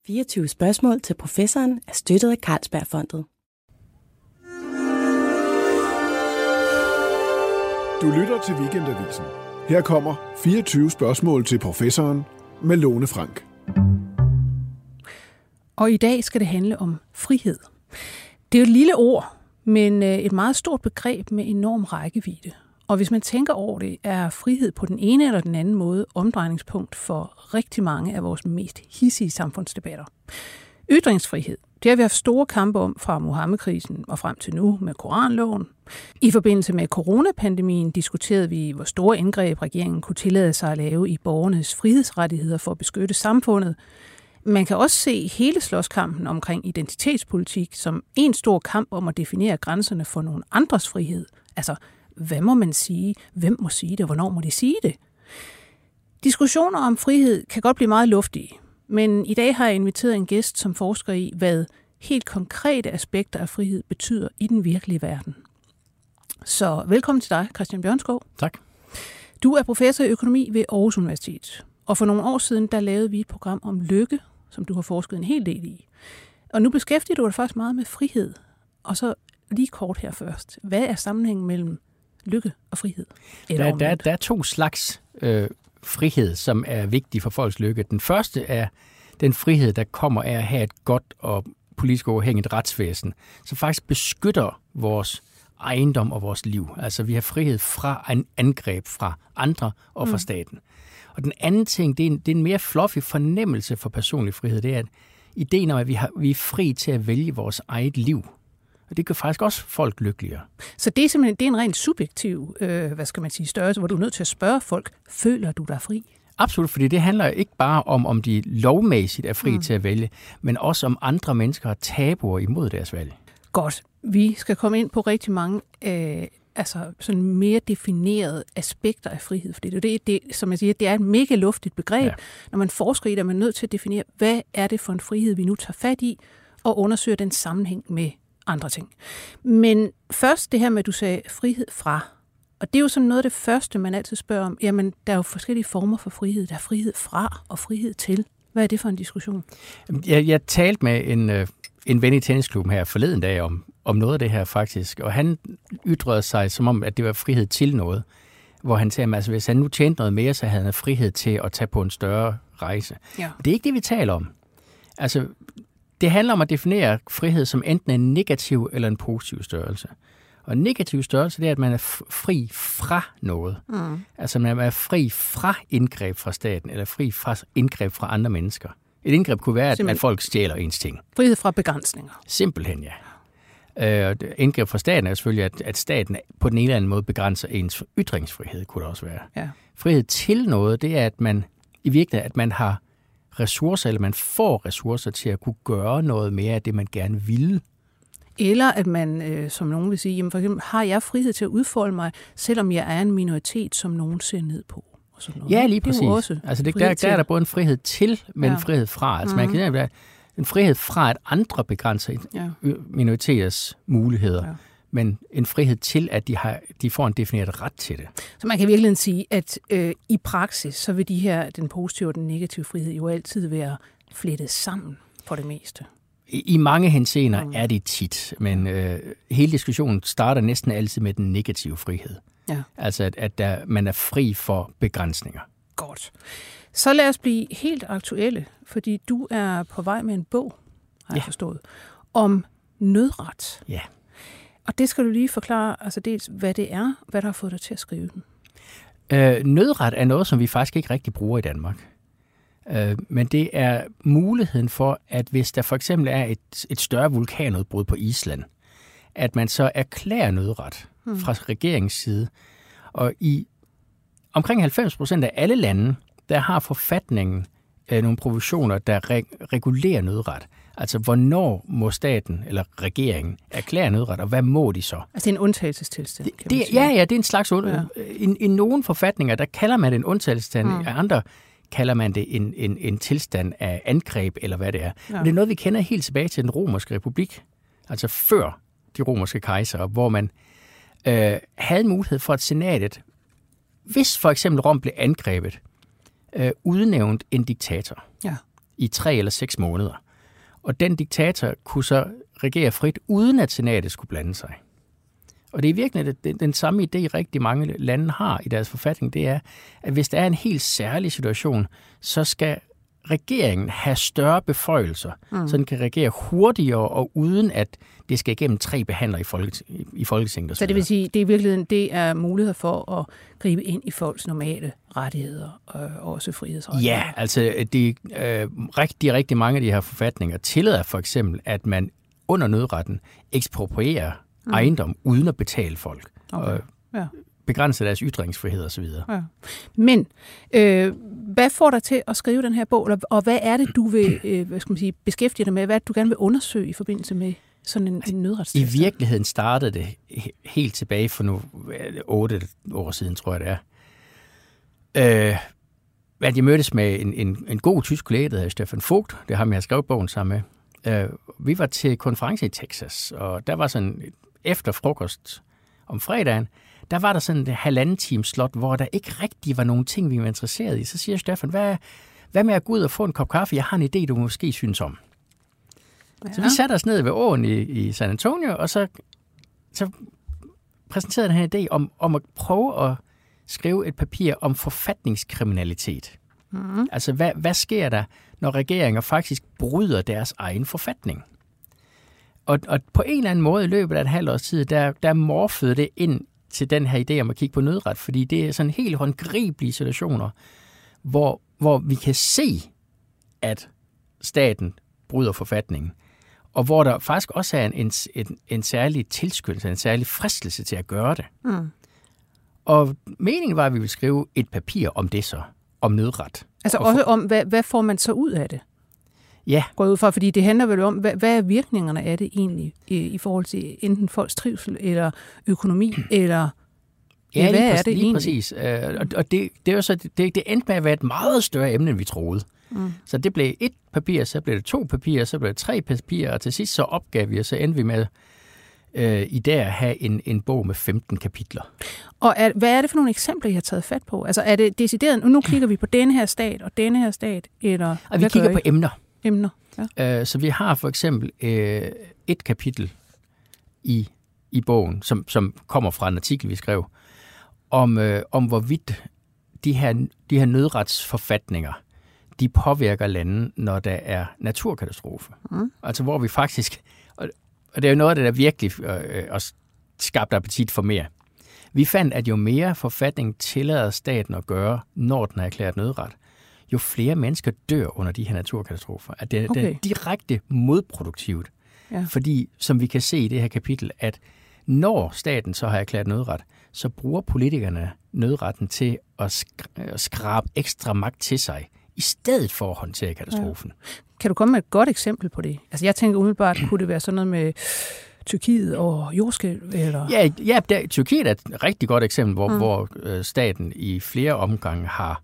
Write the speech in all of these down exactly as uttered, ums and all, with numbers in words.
fireogtyve spørgsmål til professoren er støttet af Carlsbergfondet. Du lytter til Weekendavisen. Her kommer fireogtyve spørgsmål til professoren med Lone Frank. Og i dag skal det handle om frihed. Det er jo et lille ord, men et meget stort begreb med enorm rækkevidde. Og hvis man tænker over det, er frihed på den ene eller den anden måde omdrejningspunkt for rigtig mange af vores mest hidsige samfundsdebatter. Ytringsfrihed, det har vi haft store kampe om fra Muhammedkrisen og frem til nu med Koranloven. I forbindelse med coronapandemien diskuterede vi, hvor store indgreb regeringen kunne tillade sig at lave i borgernes frihedsrettigheder for at beskytte samfundet. Man kan også se hele slåskampen omkring identitetspolitik som en stor kamp om at definere grænserne for nogle andres frihed. Altså, hvad må man sige? Hvem må sige det? Hvornår må de sige det? Diskussioner om frihed kan godt blive meget luftige, men i dag har jeg inviteret en gæst, som forsker i, hvad helt konkrete aspekter af frihed betyder i den virkelige verden. Så velkommen til dig, Christian Bjørnskov. Tak. Du er professor i økonomi ved Aarhus Universitet, og for nogle år siden, der lavede vi et program om lykke, som du har forsket en hel del i. Og nu beskæftiger du dig faktisk meget med frihed. Og så lige kort her først. Hvad er sammenhængen mellem lykke og frihed? Der, der, der er to slags øh, frihed, som er vigtige for folks lykke. Den første er den frihed, der kommer af at have et godt og politisk uafhængigt retsvæsen, som faktisk beskytter vores ejendom og vores liv. Altså vi har frihed fra en angreb fra andre og fra mm. staten. Og den anden ting, det er, en, det er en mere fluffy fornemmelse for personlig frihed. Det er at ideen om, at vi, har, vi er fri til at vælge vores eget liv. Og det gør faktisk også folk lykkeligere. Så det er simpelthen det er en rent subjektiv, øh, hvad skal man sige, størrelse, hvor du er nødt til at spørge folk, føler du dig fri? Absolut, fordi det handler ikke bare om, om de lovmæssigt er fri mm. til at vælge, men også om andre mennesker har tabuer imod deres valg. Godt. Vi skal komme ind på rigtig mange øh, altså sådan mere definerede aspekter af frihed. Fordi det er det, det, som jeg siger, det er et mega luftigt begreb. Ja. Når man forsker i det, er man nødt til at definere, hvad er det for en frihed, vi nu tager fat i, og undersøger den sammenhæng med andre ting. Men først det her med, at du sagde frihed fra. Og det er jo sådan noget af det første, man altid spørger om. Jamen, der er jo forskellige former for frihed. Der er frihed fra og frihed til. Hvad er det for en diskussion? Jeg, jeg talte med en, en ven i tennisklubben her forleden dag om, om noget af det her faktisk. Og han ytrede sig som om, at det var frihed til noget. Hvor han sagde, at altså, hvis han nu tjente noget mere, så havde han frihed til at tage på en større rejse. Ja. Det er ikke det, vi taler om. Altså, det handler om at definere frihed som enten en negativ eller en positiv størrelse. Og en negativ størrelse, det er, at man er fri fra noget. Mm. Altså, man er fri fra indgreb fra staten, eller fri fra indgreb fra andre mennesker. Et indgreb kunne være, at, at folk stjæler ens ting. Frihed fra begrænsninger. Simpelthen, ja. Øh, indgreb fra staten er selvfølgelig, at, at staten på den ene eller anden måde begrænser ens ytringsfrihed, kunne det også være. Ja. Frihed til noget, det er, at man i virkeligheden, at man har ressourcer, eller man får ressourcer til at kunne gøre noget mere af det, man gerne vil. Eller at man, øh, som nogen vil sige, jamen for eksempel, har jeg frihed til at udfolde mig, selvom jeg er en minoritet, som nogen ser ned på? Og sådan noget. Ja, lige præcis. Det er også altså det, der, der er der både en frihed til, men ja. en frihed fra. Altså mm-hmm. man kan sige, en frihed fra, at andre begrænser ja. minoriteters muligheder. Ja. Men en frihed til, at de, har, de får en defineret ret til det. Så man kan virkelig sige, at øh, i praksis, så vil de her, den positive og den negative frihed jo altid være flettet sammen for det meste. I, i mange henseender mm. er det tit, men øh, hele diskussionen starter næsten altid med den negative frihed. Ja. Altså, at, at der, man er fri for begrænsninger. Godt. Så lad os blive helt aktuelle, fordi du er på vej med en bog, har jeg ja. forstået, om nødret. Ja. Og det skal du lige forklare, altså dels, hvad det er, hvad der har fået dig til at skrive den. Øh, nødret er noget, som vi faktisk ikke rigtig bruger i Danmark. Øh, men det er muligheden for, at hvis der for eksempel er et, et større vulkanudbrud på Island, at man så erklærer nødret hmm. fra regeringens side. Og i omkring halvfems procent af alle lande, der har forfatningen øh, nogle provisioner, der re- regulerer nødret. Altså, hvornår må staten eller regeringen erklære nødret, og hvad må de så? Altså, det er en undtagelsestilstand, kan det, man sige. Ja, ja, det er en slags und- ja. I, I nogle forfatninger, der kalder man det en undtagelsestilstand, mm. i andre kalder man det en, en, en tilstand af angreb, eller hvad det er. Ja. Men det er noget, vi kender helt tilbage til den romerske republik, altså før de romerske kejsere, hvor man øh, havde mulighed for, at senatet, hvis for eksempel Rom blev angrebet, øh, udnævnt en diktator. Ja. i tre eller seks måneder. Og den diktator kunne så regere frit, uden at senatet skulle blande sig. Og det er virkelig den, den samme idé, rigtig mange lande har i deres forfatning, det er, at hvis der er en helt særlig situation, så skal regeringen have større beføjelser, mm. så den kan regere hurtigere og uden at det skal igennem tre behandlere i, Folket, i Folketinget. Så det vil sige, det er i virkeligheden det er mulighed for at gribe ind i folks normale rettigheder og også frihedsrettigheder? Ja, altså de, øh, rigtig, rigtig mange af de her forfatninger tillader for eksempel, at man under nødretten eksproprierer mm. ejendom uden at betale folk. Okay. Og, ja. begrænse deres ytringsfrihed og så videre. Ja. Men øh, hvad får dig til at skrive den her bog, og hvad er det, du vil øh, hvad skal man sige, beskæftige dig med? Hvad er det, du gerne vil undersøge i forbindelse med sådan en, en nødretstest? I virkeligheden startede det helt tilbage for nu otte år siden, tror jeg det er. Øh, at jeg mødtes med en, en, en god tysk kollega, der hedder Stefan Vogt. Det er ham, jeg har skrevet bogen sammen med. Øh, vi var til konference i Texas, og der var sådan efter frokost om fredagen, der var der sådan et halvanden times slot, hvor der ikke rigtig var nogen ting, vi var interesseret i. Så siger Stefan, hvad, hvad med at gå ud og få en kop kaffe? Jeg har en idé, du måske synes om. Ja. Så vi satte os ned ved åen i, i San Antonio, og så, så præsenterede den her idé om, om at prøve at skrive et papir om forfatningskriminalitet. Mm. Altså, hvad, hvad sker der, når regeringer faktisk bryder deres egen forfatning? Og, og på en eller anden måde i løbet af et halvt års tid, der, der morfede det ind til den her idé om at kigge på nødret, fordi det er sådan helt håndgribelige situationer, hvor, hvor vi kan se, at staten bryder forfatningen, og hvor der faktisk også er en, en, en, en særlig tilskyndelse, en særlig fristelse til at gøre det. Mm. Og meningen var, at vi ville skrive et papir om det så, om nødret. Altså også om, hvad, hvad får man så ud af det? Ja. Går ud fra, fordi det handler vel om, hvad, hvad er virkningerne af det egentlig i, i forhold til enten folks trivsel eller økonomi, eller ja, hvad lige er det lige egentlig? præcis. Og, og det, det, er jo så, det, det endte med at være et meget større emne, end vi troede. Mm. Så det blev et papir, så blev det to papirer, så blev det tre papirer, og til sidst så opgav vi, og så endte vi med øh, i dag at have en, en bog med femten kapitler. Og er, hvad er det for nogle eksempler, I har taget fat på? Altså er det decideret, nu kigger vi på denne her stat og denne her stat, eller og vi kigger på emner. Emner, ja. Øh, så vi har for eksempel øh, et kapitel i, i bogen, som, som kommer fra en artikel, vi skrev, om, øh, om hvorvidt de her, de her nødretsforfatninger, de påvirker lande, når der er naturkatastrofe. Mm. Altså hvor vi faktisk, og, og det er jo noget af det, der virkelig øh, øh, skabte appetit for mere. Vi fandt, at jo mere forfatningen tillader staten at gøre, når den er erklæret nødret, jo flere mennesker dør under de her naturkatastrofer. At det, okay. det er direkte modproduktivt. Ja. Fordi, som vi kan se i det her kapitel, at når staten så har erklæret nødret, så bruger politikerne nødretten til at skrabe ekstra magt til sig, i stedet for at håndtere katastrofen. Ja. Kan du komme med et godt eksempel på det? Altså jeg tænker umiddelbart, kunne det være sådan noget med Tyrkiet og jordskælv? Eller? Ja, ja der, Tyrkiet er et rigtig godt eksempel, hvor, mm. hvor øh, staten i flere omgange har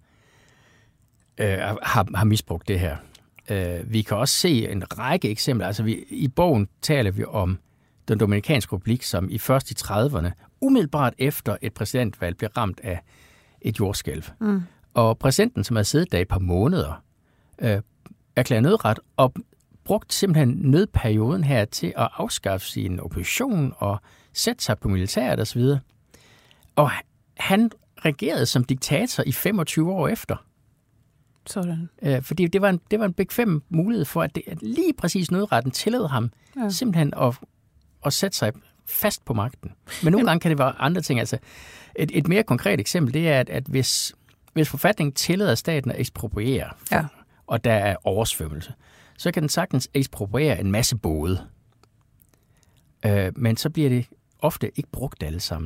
Øh, har, har misbrugt det her. Øh, vi kan også se en række eksempler. Altså vi, i bogen taler vi om den Dominikanske Republik, som i først i trediverne, umiddelbart efter et præsidentvalg, blev ramt af et jordskælv. Mm. Og præsidenten, som havde siddet der et par måneder, øh, erklærede nødret og brugt simpelthen nødperioden her til at afskaffe sin opposition og sætte sig på militæret osv. Og han regerede som diktator i femogtyve år efter. Sådan. Øh, fordi det var en, det var en bekvem mulighed for, at, det, at lige præcis nødretten tillod ham ja. simpelthen at, at sætte sig fast på magten. Men nogle Jamen. gange kan det være andre ting. Altså, et, et mere konkret eksempel, det er, at, at hvis, hvis forfatningen tillader staten at ekspropriere, for, ja. og der er oversvømmelse, så kan den sagtens ekspropriere en masse både. Øh, men så bliver det ofte ikke brugt alle sammen.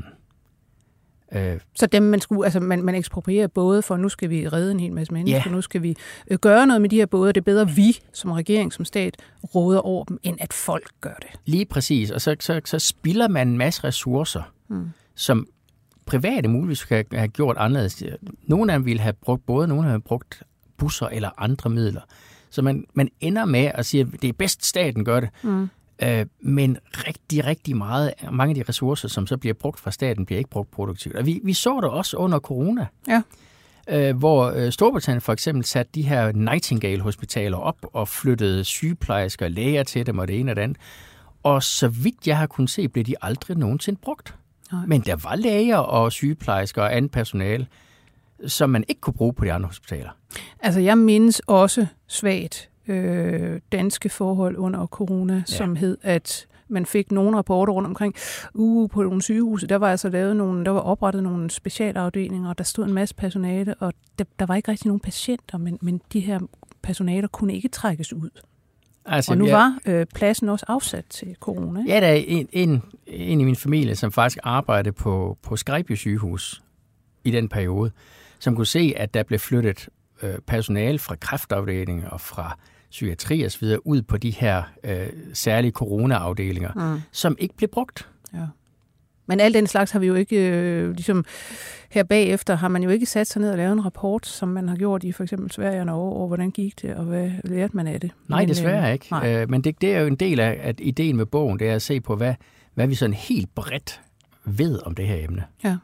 Øh. Så dem, man, skulle, altså man, man eksproprierer både for, nu skal vi redde en hel masse mennesker, yeah. nu skal vi øh, gøre noget med de her både. Det er bedre, vi som regering, som stat, råder over dem, end at folk gør det. Lige præcis. Og så, så, så spilder man en masse ressourcer, mm. som private muligvis kan have gjort anderledes. Nogle af dem ville have brugt både, nogle have brugt busser eller andre midler. Så man, man ender med at sige, at det er bedst, staten gør det. Mm. Øh, men rigtig, rigtig meget, mange af de ressourcer, som så bliver brugt fra staten, bliver ikke brugt produktivt. Og vi, vi så det også under corona. Ja. øh, hvor øh, Storbritannien for eksempel satte de her Nightingale-hospitaler op og flyttede sygeplejersker og læger til dem og det ene og det andet. Og så vidt jeg har kunnet se, blev de aldrig nogensinde brugt. Nej. Men der var læger og sygeplejersker og andet personale, som man ikke kunne bruge på de andre hospitaler. Altså, jeg mindes også svagt øh, danske forhold under corona, ja. Som hed, at man fik nogle rapporter rundt omkring, uh, på nogle sygehuse, der var altså lavet nogle, der var oprettet nogle specialafdelinger, og der stod en masse personale, og der, der var ikke rigtig nogen patienter, men, men de her personaler kunne ikke trækkes ud. Altså, og nu ja, var øh, pladsen også afsat til corona. Ja, der er en, en, en i min familie, som faktisk arbejdede på, på Skrejby sygehus i den periode, som kunne se, at der blev flyttet øh, personale fra kræftafdelinger og fra psykiatri og så videre ud på de her øh, særlige corona-afdelinger, mm. som ikke blev brugt. Ja. Men alt den slags har vi jo ikke, øh, ligesom her bagefter, har man jo ikke sat sig ned og lavet en rapport, som man har gjort i for eksempel Sverige og Norge, over hvordan gik det, og hvad lærte man af det? Nej, men, desværre øh, ikke. Nej. Øh, men det, det er jo en del af at ideen med bogen, det er at se på, hvad, hvad vi sådan helt bredt ved om det her emne. Ja.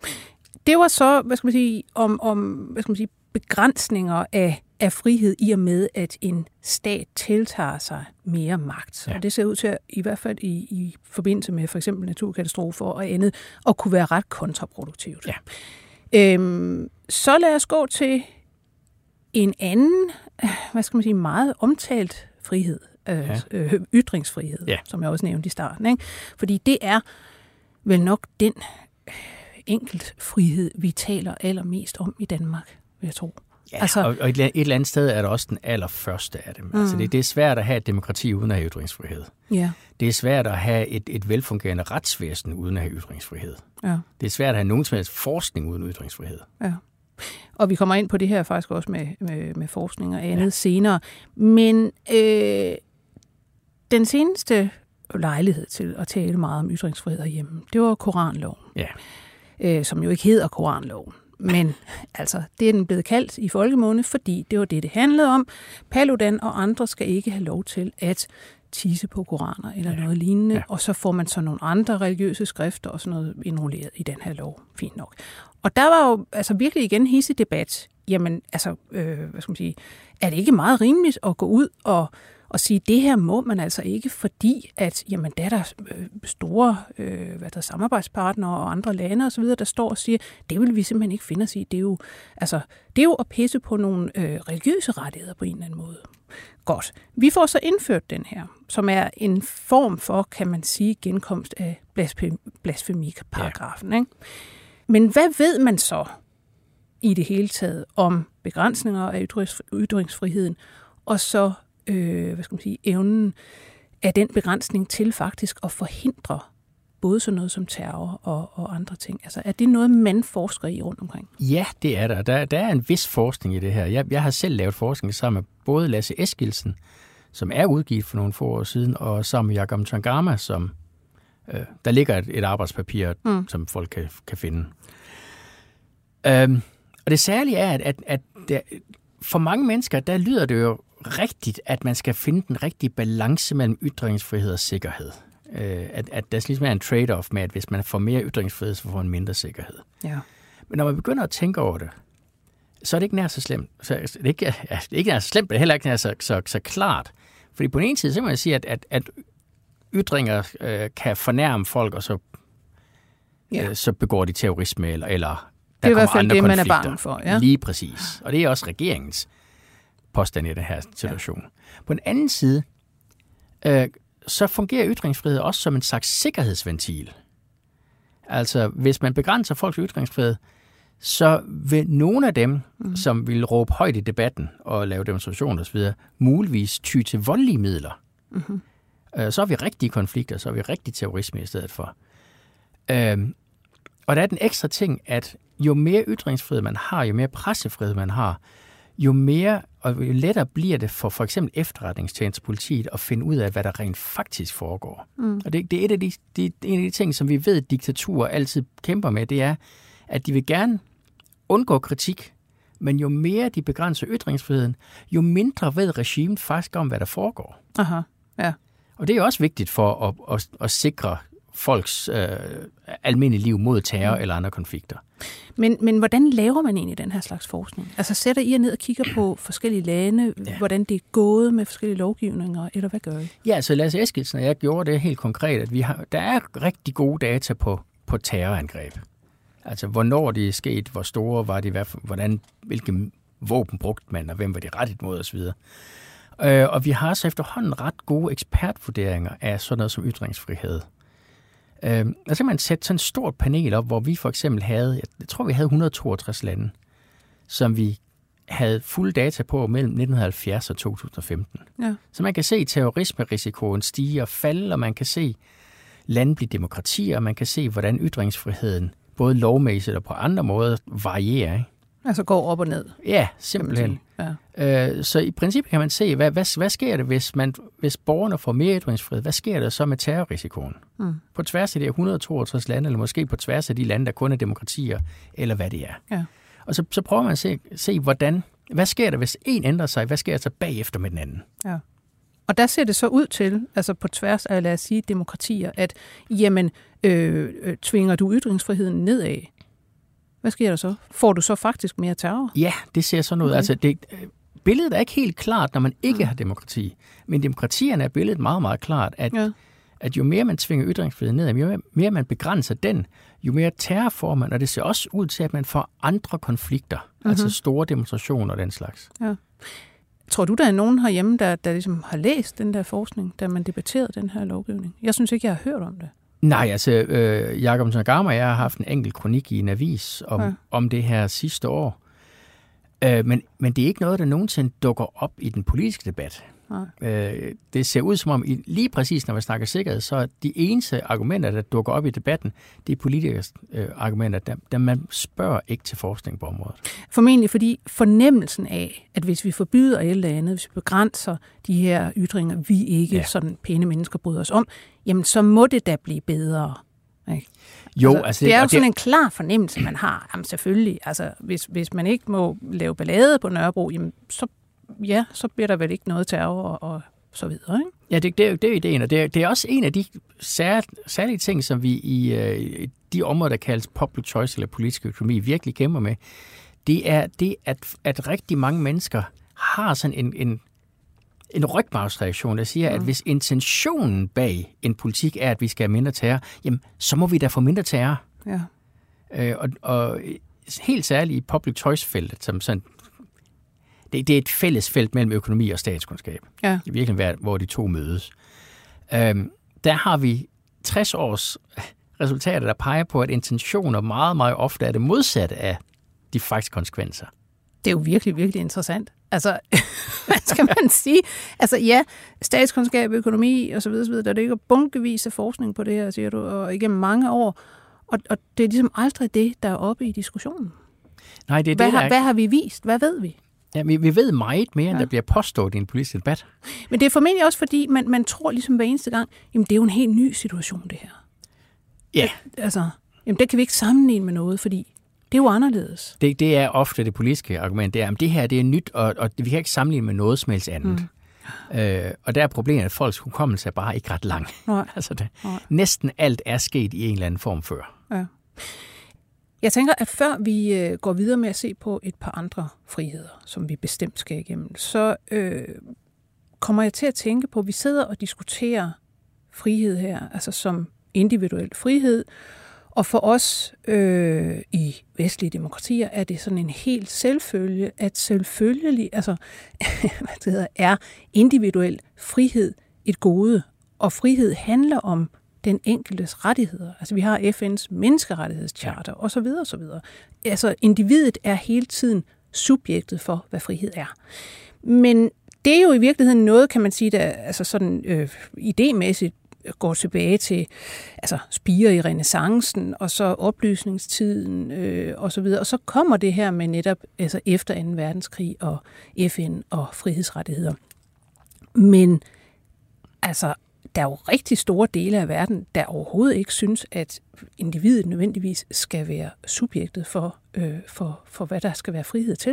Det var så, hvad skal man sige, om, om hvad skal man sige, begrænsninger af, af frihed i og med, at en stat tiltager sig mere magt. Ja. Og det ser ud til, at, i hvert fald i, i forbindelse med for eksempel naturkatastrofer og andet, at kunne være ret kontraproduktivt. Ja. Øhm, så lad os gå til en anden, hvad skal man sige, meget omtalt frihed, ja. øh, ytringsfrihed, ja. Som jeg også nævnte i starten. Ikke? Fordi det er vel nok den enkelt frihed, vi taler allermest om i Danmark, vil jeg tro. Ja, altså, og, og et, et eller andet sted er der også den allerførste af dem. Mm. Altså det, det er svært at have et demokrati uden at have ytringsfrihed. Ja. Det er svært at have et, et velfungerende retsvæsen uden at have ytringsfrihed. Ja. Det er svært at have nogen som helst forskning uden ytringsfrihed. Ja. Og vi kommer ind på det her faktisk også med, med, med forskning og andet ja. senere. Men øh, den seneste lejlighed til at tale meget om ytringsfrihed herhjemme, det var Koranloven. Ja. Øh, som jo ikke hedder Koranloven. Men altså, det er den blevet kaldt i folkemunde, fordi det var det, det handlede om. Paludan og andre skal ikke have lov til at tisse på koraner eller ja. noget lignende, ja. og så får man så nogle andre religiøse skrifter og sådan noget indrulleret i den her lov. Fint nok. Og der var jo altså virkelig igen hissig debat. Jamen, altså, øh, hvad skal man sige, er det ikke meget rimeligt at gå ud og og sige, det her må man altså ikke, fordi at, jamen, der er der store øh, hvad der, samarbejdspartnere og andre lande og så videre, der står og siger, det vil vi simpelthen ikke finde os i. Det er jo, altså, det er jo at pisse på nogle øh, religiøse rettigheder på en eller anden måde. Godt. Vi får så indført den her, som er en form for, kan man sige, genkomst af blasfemiparagrafen. Ja. Ikke? Men hvad ved man så i det hele taget om begrænsninger af ytringsfriheden, og så Øh, hvad skal man sige, evnen af den begrænsning til faktisk at forhindre både sådan noget som terror og, og andre ting. Altså, er det noget, man forsker i rundt omkring? Ja, det er der. Der, der er en vis forskning i det her. Jeg, jeg har selv lavet forskning sammen med både Lasse Eskildsen, som er udgivet for nogle få år siden, og sammen med Jakob Tangama, som øh, der ligger et, et arbejdspapir, mm. som folk kan, kan finde. Øhm, og det særlige er, at, at, at der, for mange mennesker, der lyder det jo rigtigt, at man skal finde den rigtige balance mellem ytringsfrihed og sikkerhed. At, at der ligesom er en trade-off med, at hvis man får mere ytringsfrihed, så får man mindre sikkerhed. Ja. Men når man begynder at tænke over det, så er det ikke nær så slemt. Så det er ikke, ja, det er ikke nær så slemt, men det er heller ikke nær så, så, så klart. Fordi på den ene side, så må jeg sige, at, at, at ytringer øh, kan fornærme folk, og så, ja. øh, så begår de terrorisme, eller, eller der det er kommer andre det, konflikter. Man er bange for. Ja. Lige præcis. Og det er også regeringens påstand i den her situation. Ja. På den anden side, øh, så fungerer ytringsfrihed også som en slags sikkerhedsventil. Altså, hvis man begrænser folks ytringsfrihed, så vil nogle af dem, mm. som vil råbe højt i debatten og lave demonstrationer osv., muligvis ty til voldelige midler. Mm-hmm. Øh, så har vi rigtige konflikter, så har vi rigtig terrorisme i stedet for. Øh, og der er den ekstra ting, at jo mere ytringsfrihed man har, jo mere pressefrihed man har, jo mere og jo lettere bliver det for for eksempel efterretningstjeneste politiet at finde ud af, hvad der rent faktisk foregår. Mm. Og det, det er et af de, de, en af de ting, som vi ved, at diktaturer altid kæmper med, det er, at de vil gerne undgå kritik, men jo mere de begrænser ytringsfriheden, jo mindre ved regimet faktisk om, hvad der foregår. Aha, ja. Og det er også vigtigt for at, at, at sikre folks øh, almindelige liv mod terror mm. eller andre konflikter. Men, men hvordan laver man egentlig den her slags forskning? Altså sætter I jer ned og kigger på forskellige lande, ja. hvordan det er gået med forskellige lovgivninger, eller hvad gør I? Ja, altså Lasse Eskildsen og jeg gjorde det helt konkret, at vi har, der er rigtig gode data på, på terrorangreb. Altså hvornår det er sket, hvor store var de, hvordan, hvilke våben brugte man, og hvem var de rettet mod osv. Øh, og vi har så efterhånden ret gode ekspertvurderinger af sådan noget som ytringsfrihed. Øh, og så kan man sætte sådan et stort panel op, hvor vi for eksempel havde, jeg tror vi havde et hundrede og toogtres lande, som vi havde fuld data på mellem nitten halvfjerds og to tusind og femten. Ja. Så man kan se terrorismerisikoen stige og falde, og man kan se lande blive demokratier, og man kan se, hvordan ytringsfriheden både lovmæssigt og på andre måder varierer, ikke? Altså går op og ned. Ja, simpelthen. Ja. Øh, så i princippet kan man se, hvad, hvad, hvad sker der, hvis, man, hvis borgerne får mere ytringsfrihed? Hvad sker der så med terrorrisikoen? Mm. På tværs af de et hundrede og toogtres lande, eller måske på tværs af de lande, der kun er demokratier, eller hvad det er. Ja. Og så, så prøver man at se, se, hvordan, hvad sker der, hvis en ændrer sig? Hvad sker der så bagefter med den anden? Ja. Og der ser det så ud til, altså på tværs af, lad os sige, demokratier, at jamen, øh, øh, tvinger du ytringsfriheden nedad? Hvad sker der så? Får du så faktisk mere terror? Ja, det ser sådan ud. Okay. Altså, det, billedet er ikke helt klart, når man ikke mm. har demokrati. Men demokratierne er billedet meget, meget klart, at, ja. at jo mere man tvinger ytringsfriheden ned, jo mere, mere man begrænser den, jo mere terror får man, og det ser også ud til, at man får andre konflikter, mm-hmm. altså store demonstrationer og den slags. Ja. Tror du, der er nogen herhjemme, der, der ligesom har læst den der forskning, da man debatterede den her lovgivning? Jeg synes ikke, jeg har hørt om det. Nej, altså øh, Jakob Nagama og jeg har haft en enkelt kronik i en avis om, ja. om det her sidste år. Øh, men, men det er ikke noget, der nogensinde dukker op i den politiske debat. Øh, det ser ud som om, lige præcis når vi snakker sikkerhed, så er de eneste argumenter, der dukker op i debatten, det er politikers øh, argumenter, der, der man spørger ikke til forskning på området. Formentlig fordi fornemmelsen af, at hvis vi forbyder et eller andet, hvis vi begrænser de her ytringer, vi ikke ja. sådan pæne mennesker bryder os om, jamen så må det da blive bedre. Ikke? Jo, altså, altså, det er jo sådan det... en klar fornemmelse, man har. Jamen selvfølgelig, altså hvis, hvis man ikke må lave ballade på Nørrebro, jamen så ja, så bliver der vel ikke noget terror og, og så videre, ikke? Ja, det, det, er, det er ideen, og det er, det er også en af de sær, særlige ting, som vi i øh, de områder, der kaldes public choice eller politisk økonomi, virkelig kæmper med. Det er det, at, at rigtig mange mennesker har sådan en, en, en rygmarvsreaktion, der siger, mm. at hvis intentionen bag en politik er, at vi skal have mindre terror, jamen, så må vi da få mindre terror. Ja. Øh, og, og helt særligt i public choice-feltet, som sådan Det, det er et fælles felt mellem økonomi og statskundskab. Ja. I virkeligheden, hvor de to mødes. Øhm, der har vi tres års resultater, der peger på, at intentioner meget, meget ofte er det modsatte af de faktiske konsekvenser. Det er jo virkelig, virkelig interessant. Altså, hvad skal man sige? Altså ja, statskundskab, økonomi og så videre, så videre. Der ligger bunkevis af forskning på det her, siger du, og igennem mange år. Og, og det er ligesom aldrig det, der er oppe i diskussionen. Nej, det er hvad, det, har, der... hvad har vi vist? Hvad ved vi? Ja, vi, vi ved meget mere, end ja. der bliver påstået i en politisk debat. Men det er formentlig også, fordi man, man tror ligesom hver eneste gang, jamen det er jo en helt ny situation, det her. Ja. Det, altså, jamen det kan vi ikke sammenligne med noget, fordi det er jo anderledes. Det, det er ofte det politiske argument, det er, at det her det er nyt, og, og vi kan ikke sammenligne med noget som helst andet. Mm. Øh, og der er problemet, at folks hukommelse er bare ikke ret lang. altså det, næsten alt er sket i en eller anden form før. Ja. Jeg tænker, at før vi øh, går videre med at se på et par andre friheder, som vi bestemt skal igennem, så øh, kommer jeg til at tænke på, at vi sidder og diskuterer frihed her, altså som individuel frihed. Og for os øh, i vestlige demokratier er det sådan en helt selvfølge, at selvfølgelig altså, hvad det hedder, er individuel frihed et gode. Og frihed handler om den enkeltes rettigheder. Altså vi har F N's menneskerettighedscharter og så videre og så videre. Altså individet er hele tiden subjektet for, hvad frihed er. Men det er jo i virkeligheden noget, kan man sige, der altså sådan øh, idémæssigt går tilbage til altså spire i renæssancen og så oplysningstiden øh, og så videre. Og så kommer det her med netop altså efter anden verdenskrig og F N og frihedsrettigheder. Men altså der er jo rigtig store dele af verden, der overhovedet ikke synes, at individet nødvendigvis skal være subjektet for, øh, for, for hvad der skal være frihed til.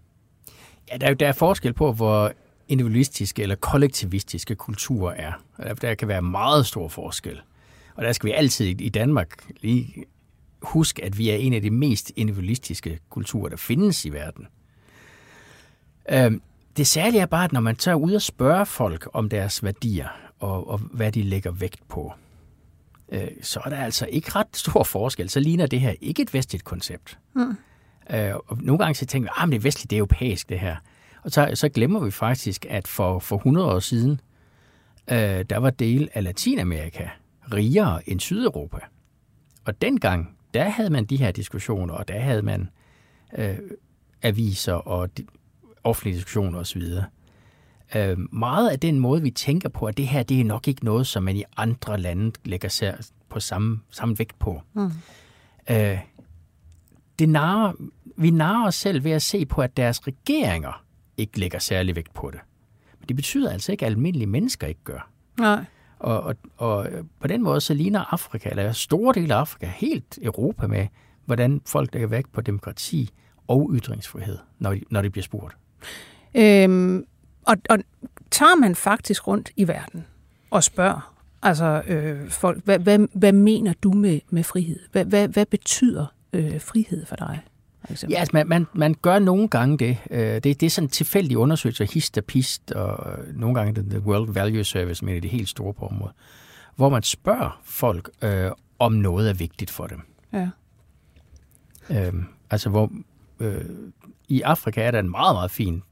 Ja, der er, der er forskel på, hvor individualistiske eller kollektivistiske kulturer er. Der kan være meget stor forskel. Og der skal vi altid i Danmark lige huske, at vi er en af de mest individualistiske kulturer, der findes i verden. Det særlige er bare, at når man tager ud og spørger folk om deres værdier, og, og hvad de lægger vægt på, så er der altså ikke ret stor forskel. Så ligner det her ikke et vestligt koncept. Mm. Og nogle gange så tænker vi, at ah, det er vestligt, det er europæisk det her. Og så, så glemmer vi faktisk, at for, for hundrede år siden, øh, der var del af Latinamerika rigere end Sydeuropa. Og dengang, der havde man de her diskussioner, og der havde man øh, aviser og de, offentlige diskussioner osv. Øh, meget af den måde, vi tænker på, at det her, det er nok ikke noget, som man i andre lande lægger sig på samme, samme vægt på. Mm. Øh, det narrer, vi narrer os selv ved at se på, at deres regeringer ikke lægger særlig vægt på det. Men det betyder altså ikke, at almindelige mennesker ikke gør. Nej. Og, og, og på den måde så ligner Afrika, eller store dele af Afrika, helt Europa med, hvordan folk lægger vægt på demokrati og ytringsfrihed, når de, når de bliver spurgt. Øhm, og, og tager man faktisk rundt i verden og spørger, altså øh, folk, hvad, hvad, hvad mener du med, med frihed? Hvad, hvad, hvad betyder øh, frihed for dig? Ja, altså man, man, man gør nogle gange det. Det, det er sådan en tilfældig undersøgelse, hist og pist, og nogle gange den World Value Service, men det er helt store på området, hvor man spørger folk, øh, om noget er vigtigt for dem. Ja. Øhm, altså, hvor øh, i Afrika er der en meget, meget fin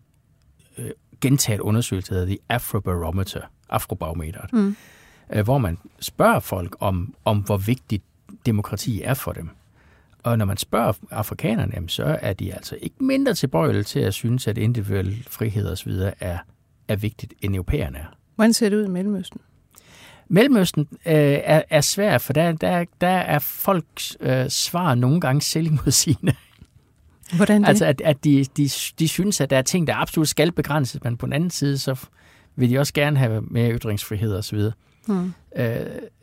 øh, gentaget undersøgelse, der hedder The Afrobarometer, Afrobarometeret, mm. øh, hvor man spørger folk om, om, hvor vigtigt demokrati er for dem. Og når man spørger afrikanerne, så er de altså ikke mindre tilbøjelige til at synes, at individuel frihed og så videre er, er vigtigt, end europæerne er. Hvordan ser det ud i Mellemøsten? Mellemøsten øh, er, er svært, for der, der, der er folks øh, svar nogle gange selvmodsigende. Hvordan det? Altså, at, at de, de, de synes, at der er ting, der absolut skal begrænses, men på den anden side, så vil de også gerne have mere ytringsfrihed og så videre. Hmm. Øh,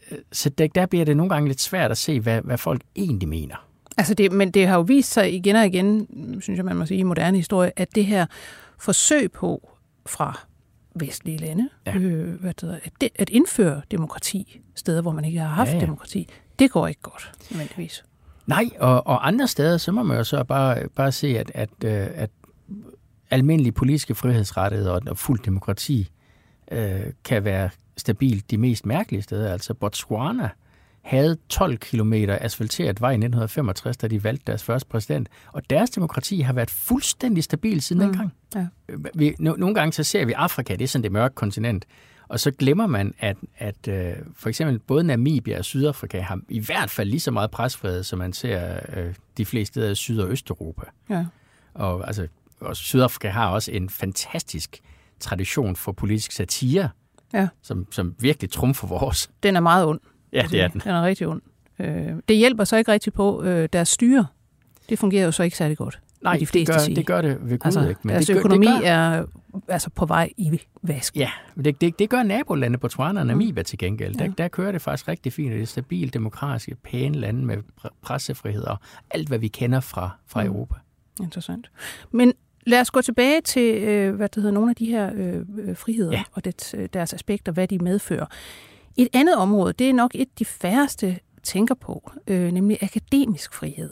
så der, der bliver det nogle gange lidt svært at se, hvad, hvad folk egentlig mener. Altså det, men det har jo vist sig igen og igen, synes jeg, man må sige, i moderne historie, at det her forsøg på fra vestlige lande, ja. øh, hvad det hedder, at, det, at indføre demokrati steder, hvor man ikke har haft ja, ja. demokrati, det går ikke godt, nødvendigvis. Nej, og, og andre steder, så må man jo så bare, bare se, at, at, at almindelige politiske frihedsrettigheder og, og fuld demokrati øh, kan være stabilt de mest mærkelige steder. Altså Botswana havde tolv kilometer asfalteret vej i nitten femogtres, da de valgte deres første præsident. Og deres demokrati har været fuldstændig stabil siden mm. dengang. Ja. Vi, no, nogle gange så ser vi Afrika, det er sådan det mørke kontinent, og så glemmer man, at, at øh, for eksempel både Namibia og Sydafrika har i hvert fald lige så meget presfrihed, som man ser øh, de fleste steder i Syd- og Østeuropa. Ja. Og, altså, og Sydafrika har også en fantastisk tradition for politisk satire, ja. som, som virkelig trumfer vores. Den er meget ond. Ja, det er den. Den er rigtig ond. Det hjælper så ikke rigtig på deres styre. Det fungerer jo så ikke særlig godt. Nej, de fleste det, gør, det gør det ved Gud altså, ikke. Men deres det gør, økonomi det gør, er altså på vej i vask. Ja, det, det, det gør nabolandet Botswana og Namibia til gengæld. Ja. Der, der kører det faktisk rigtig fint. Det er stabilt, demokratiske, pæne lande med pressefrihed og alt, hvad vi kender fra, fra mm. Europa. Interessant. Men lad os gå tilbage til øh, hvad det hedder, nogle af de her øh, friheder ja. og det, deres aspekter, hvad de medfører. Et andet område, det er nok et, de færreste tænker på, øh, nemlig akademisk frihed.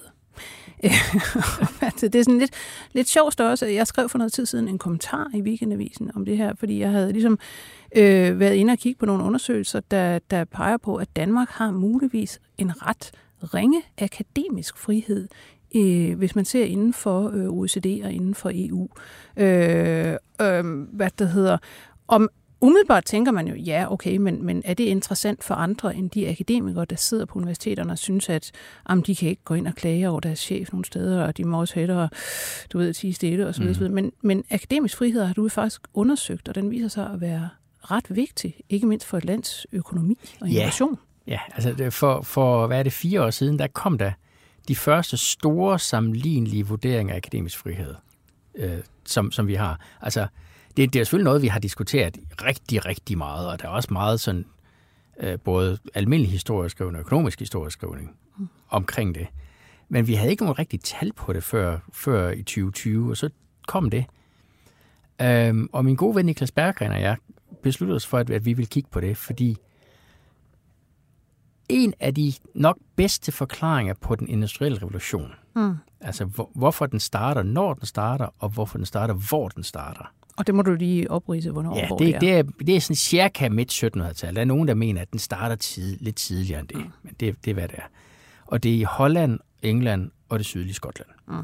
Det er sådan lidt, lidt sjov størrelse. Jeg skrev for noget tid siden en kommentar i Weekendavisen om det her, fordi jeg havde ligesom øh, været inde og kigge på nogle undersøgelser, der, der peger på, at Danmark har muligvis en ret ringe akademisk frihed, øh, hvis man ser inden for øh, O E C D og inden for E U. Øh, øh, hvad det hedder. Om Umiddelbart tænker man jo, ja, okay, men, men er det interessant for andre end de akademikere, der sidder på universiteterne og synes, at jamen, de kan ikke gå ind og klage over deres chef nogle steder, og de må også hellere, du ved, sige stille og så videre. Mm. Men, men akademisk frihed har du faktisk undersøgt, og den viser sig at være ret vigtig, ikke mindst for et lands økonomi og innovation. Ja, ja altså for, for hvad er det, fire år siden, der kom der de første store sammenlignelige vurderinger af akademisk frihed, øh, som, som vi har. Altså, Det, det er selvfølgelig noget, vi har diskuteret rigtig, rigtig meget, og der er også meget sådan, øh, både almindelig historieskrivning og økonomisk historieskrivning mm. omkring det. Men vi havde ikke nogen rigtig tal på det før, før i tyve tyve, og så kom det. Øhm, og min gode ven Niklas Berggren og jeg besluttede os for, at, at vi ville kigge på det, fordi en af de nok bedste forklaringer på den industrielle revolution. Mm. Altså, hvor, hvorfor den starter, når den starter, og hvorfor den starter, hvor den starter. Og det må du lige opridse, hvornår ja, hvor det, det er. det er. Det er sådan cirka midt syttenhundredetallet. Der er nogen, der mener, at den starter tid, lidt tidligere end det. Mm. Men det, det er, hvad det er. Og det er i Holland, England og det sydlige Skotland. Mm.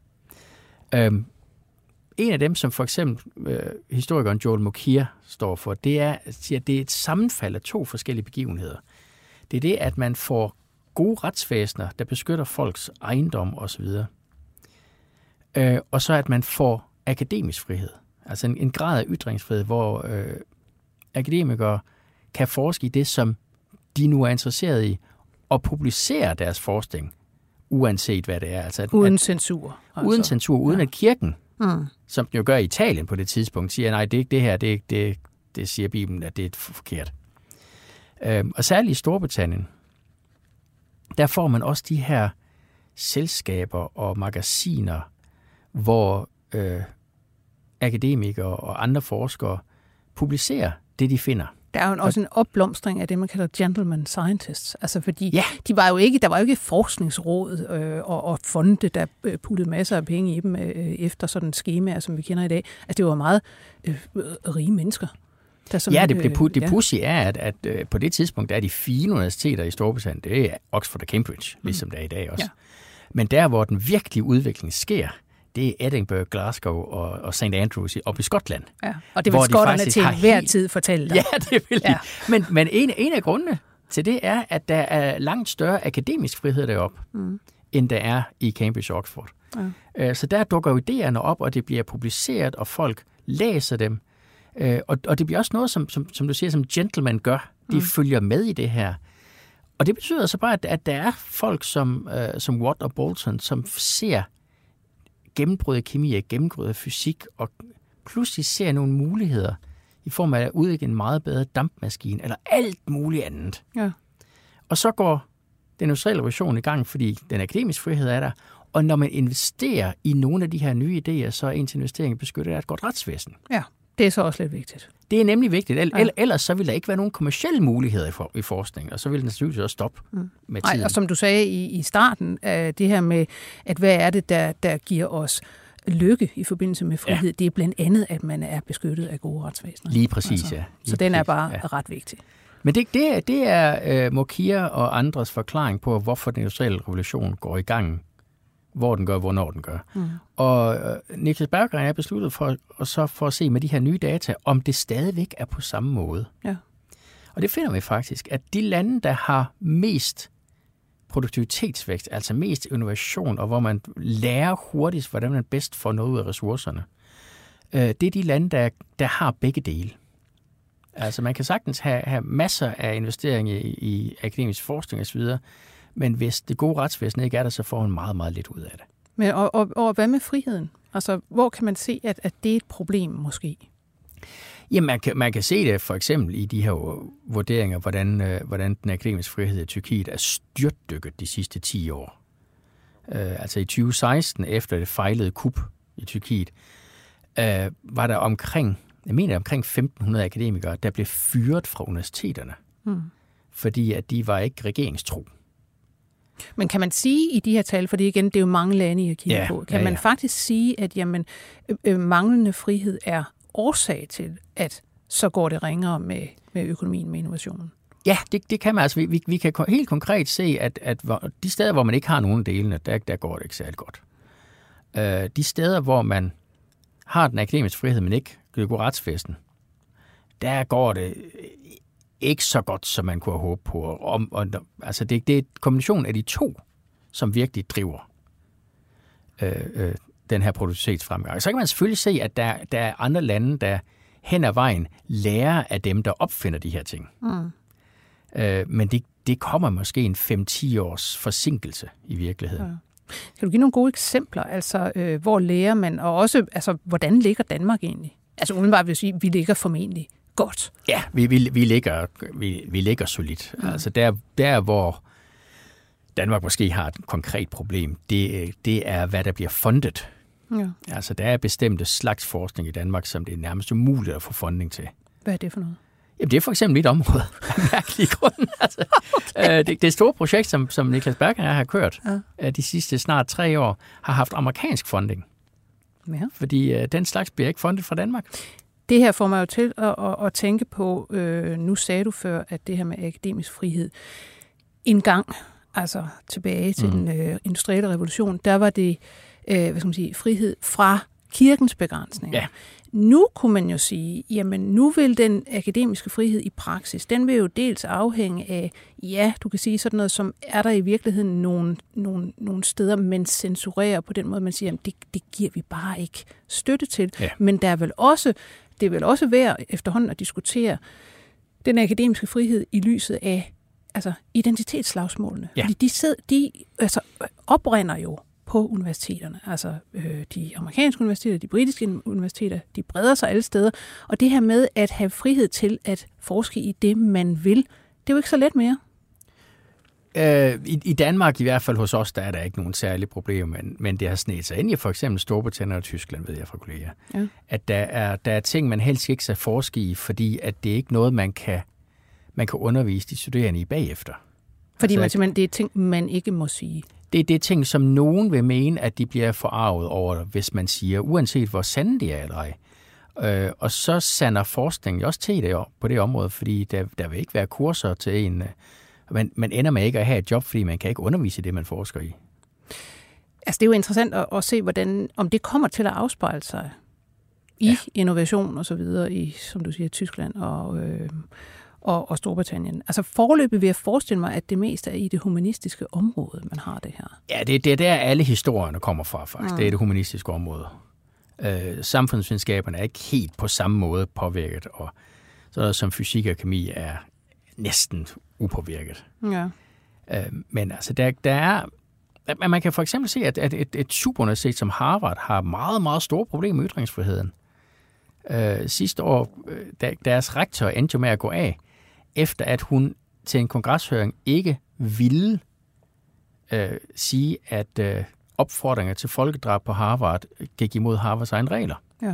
Øhm, en af dem, som for eksempel øh, historikeren Joel Mokyr står for, det er, siger, at det er et sammenfald af to forskellige begivenheder. Det er det, at man får gode retsvæsener, der beskytter folks ejendom osv. Øh, og så at man får akademisk frihed. Altså en, en grad af ytringsfrihed, hvor øh, akademikere kan forske i det, som de nu er interesseret i, og publicere deres forskning, uanset hvad det er. Altså at, uden at, censur. Altså. Uden censur, uden ja. At kirken, mm. som den jo gør i Italien på det tidspunkt, siger, nej, det er ikke det her, det, er ikke, det, det siger Bibelen, at det er forkert. Øh, og særligt i Storbritannien, der får man også de her selskaber og magasiner, hvor øh, akademikere og andre forskere publicerer det, de finder. Der er jo også en opblomstring af det, man kalder gentleman scientists. Altså fordi ja. de var jo ikke, der var jo ikke forskningsråd øh, og, og fonde, der puttede masser af penge i dem øh, efter sådan skemaer, som vi kender i dag. Altså det var meget øh, rige mennesker. Sådan, ja, det, det, det ja. pudsige er, at, at, at på det tidspunkt, der er de fine universiteter i Storbritannien, det er Oxford og Cambridge, mm. ligesom der er i dag også. Ja. Men der, hvor den virkelige udvikling sker, det er Edinburgh, Glasgow og, og Saint Andrews oppe i Skotland. Ja, og det vil skotterne til hver helt... tid fortælle dig. Ja, det vil de. Ja. Men, men en, en af grundene til det er, at der er langt større akademisk frihed deroppe, mm. end der er i Cambridge og Oxford. Ja. Så der dukker idéerne op, og det bliver publiceret, og folk læser dem. Og, og det bliver også noget, som, som, som du siger, som gentleman gør. De mm. følger med i det her. Og det betyder så bare, at, at der er folk som, uh, som Watt og Bolton, som ser gennembrud af kemi, gennembrud af fysik, og pludselig ser nogle muligheder i form af at udvikle en meget bedre dampmaskine, eller alt muligt andet. Ja. Og så går den industrielle revolution i gang, fordi den akademiske frihed er der, og når man investerer i nogle af de her nye idéer, så er ens investering beskyttet af et godt retsvæsen. Ja, det er så også lidt vigtigt. Det er nemlig vigtigt. El- ja. Ellers så vil der ikke være nogen kommercielle muligheder i, for- i forskning, og så vil den selvfølgelig også stoppe mm. med tiden. Ej, og som du sagde i, i starten, af det her med, at hvad er det, der, der giver os lykke i forbindelse med frihed, ja. Det er blandt andet, at man er beskyttet af gode retsvæsener. Lige præcis, altså, ja. Lige så den er bare ja. ret vigtig. Men det, det er, det er uh, Mokyr og andres forklaring på, hvorfor den industrielle revolution går i gang, hvor den gør, hvornår den gør. Mm. Og uh, Niklas Berggren er besluttet for, og så for at se med de her nye data, om det stadigvæk er på samme måde. Ja. Og det finder vi faktisk, at de lande, der har mest produktivitetsvækst, altså mest innovation, og hvor man lærer hurtigst, hvordan man bedst får noget ud af ressourcerne, uh, det er de lande, der, der har begge dele. Altså man kan sagtens have, have masser af investeringer i, i akademisk forskning osv., men hvis det gode retsvæsen ikke er der, så får man meget, meget lidt ud af det. Men, og, og, og hvad med friheden? Altså, hvor kan man se, at, at det er et problem måske? Jamen, man kan, man kan se det for eksempel i de her vurderinger, hvordan, øh, hvordan den akademiske frihed i Tyrkiet er styrtdykket de sidste ti år. Øh, altså i tyve seksten, efter det fejlede kup i Tyrkiet, øh, var der omkring, jeg mener omkring femten hundrede akademikere, der blev fyret fra universiteterne, hmm. fordi at de var ikke regeringstro. Men kan man sige i de her tal, fordi igen, det er jo mange lande, jeg kigger ja, på, kan ja, ja. man faktisk sige, at jamen, øh, manglende frihed er årsag til, at så går det ringere med, med økonomien, med innovationen? Ja, det, det kan man. Altså, vi, vi kan helt konkret se, at, at de steder, hvor man ikke har nogen delene, der, der går det ikke særlig godt. Uh, de steder, hvor man har den akademiske frihed, men ikke det gode retsvæsen, der går det ikke så godt, som man kunne have håbet på. Og, og, altså det, det er kombinationen af de to, som virkelig driver øh, øh, den her produktivitetsfremgang. Så kan man selvfølgelig se, at der, der er andre lande, der hen ad vejen lærer af dem, der opfinder de her ting. Mm. Øh, men det, det kommer måske en fem til ti års forsinkelse i virkeligheden. Ja. Kan du give nogle gode eksempler? Altså, øh, hvor lærer man, og også, altså, hvordan ligger Danmark egentlig? Altså, umiddelbart vil jeg sige, at vi ligger formentlig godt. Ja, vi, vi, vi, ligger, vi, vi ligger solidt. Mm. Altså, der, der, hvor Danmark måske har et konkret problem, det, det er, hvad der bliver fundet. Ja. Altså, der er bestemte slags forskning i Danmark, som det er nærmest umuligt at få funding til. Hvad er det for noget? Jamen, det er for eksempel mit område. Mærkelig grund. Altså, okay. øh, det, det store projekt, som, som Niklas Berggren og jeg har kørt ja. de sidste snart tre år, har haft amerikansk funding. Ja. Fordi øh, den slags bliver ikke fundet fra Danmark. Det her får mig jo til at, at, at tænke på, øh, nu sagde du før, at det her med akademisk frihed, en gang, altså tilbage til mm. den øh, industrielle revolution, der var det øh, hvad skal man sige, frihed fra kirkens begrænsninger. Ja. Nu kunne man jo sige, jamen nu vil den akademiske frihed i praksis, den vil jo dels afhænge af, ja, du kan sige sådan noget, som er der i virkeligheden nogle, nogle, nogle steder, man censurerer på den måde, man siger, jamen det, det giver vi bare ikke støtte til. Ja. Men der er vel også, det er vel også værd efterhånden at diskutere den akademiske frihed i lyset af altså identitetsslagsmålene. Ja. Fordi de, sidder, de altså, oprinder jo på universiteterne. Altså øh, de amerikanske universiteter, de britiske universiteter, de breder sig alle steder. Og det her med at have frihed til at forske i det, man vil, det er jo ikke så let mere. Øh, i, I Danmark, i hvert fald hos os, der er der ikke nogen særlige problemer, men, men det har snedt sig ind i for eksempel Storbritannien og Tyskland, ved jeg fra kolleger. Ja. At der er, der er ting, man helst ikke skal forske i, fordi at det er ikke noget, man kan, man kan undervise de studerende i bagefter. Fordi altså, man simpelthen, det er ting, man ikke må sige. Det, det er ting, som nogen vil mene, at de bliver forarvet over, hvis man siger, uanset hvor sande de er eller ej. Øh, og så sander forskningen også til det på det område, fordi der, der vil ikke være kurser til en. Man, man ender med ikke at have et job, fordi man kan ikke undervise det, man forsker i. Altså det er jo interessant at, at se, hvordan, om det kommer til at afspejle sig i ja. innovation og så videre i, som du siger, Tyskland og... Øh, Og, og Storbritannien. Altså foreløbig vil jeg forestille mig, at det mest er i det humanistiske område, man har det her. Ja, det, det er der, alle historierne kommer fra, faktisk. Mm. Det er det humanistiske område. Øh, samfundsvidenskaberne er ikke helt på samme måde påvirket, og sådan noget som fysik og kemi er næsten upåvirket. Ja. Øh, men altså, der, der er... Man kan for eksempel se, at, at et, et superuniversitet som Harvard har meget, meget store problemer med ytringsfriheden. Øh, sidste år, der, deres rektor endte jo med at gå af, efter at hun til en kongreshøring ikke ville øh, sige, at øh, opfordringer til folkedrab på Harvard gik imod Harvards egne regler. Ja.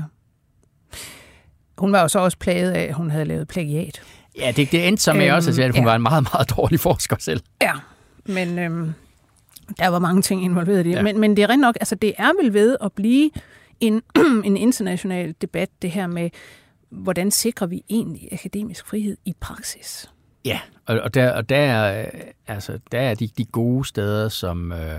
Hun var jo så også plaget af, at hun havde lavet plagiat. Ja, det, det endte så med øhm, også at sige, at hun ja. var en meget, meget dårlig forsker selv. Ja, men øhm, der var mange ting involveret i det. Ja. Men, men det er rent nok, altså det er vel ved at blive en, en international debat, det her med, hvordan sikrer vi egentlig akademisk frihed i praksis? Ja, og, og, der, og der, er, altså, der er de, de gode steder, som øh,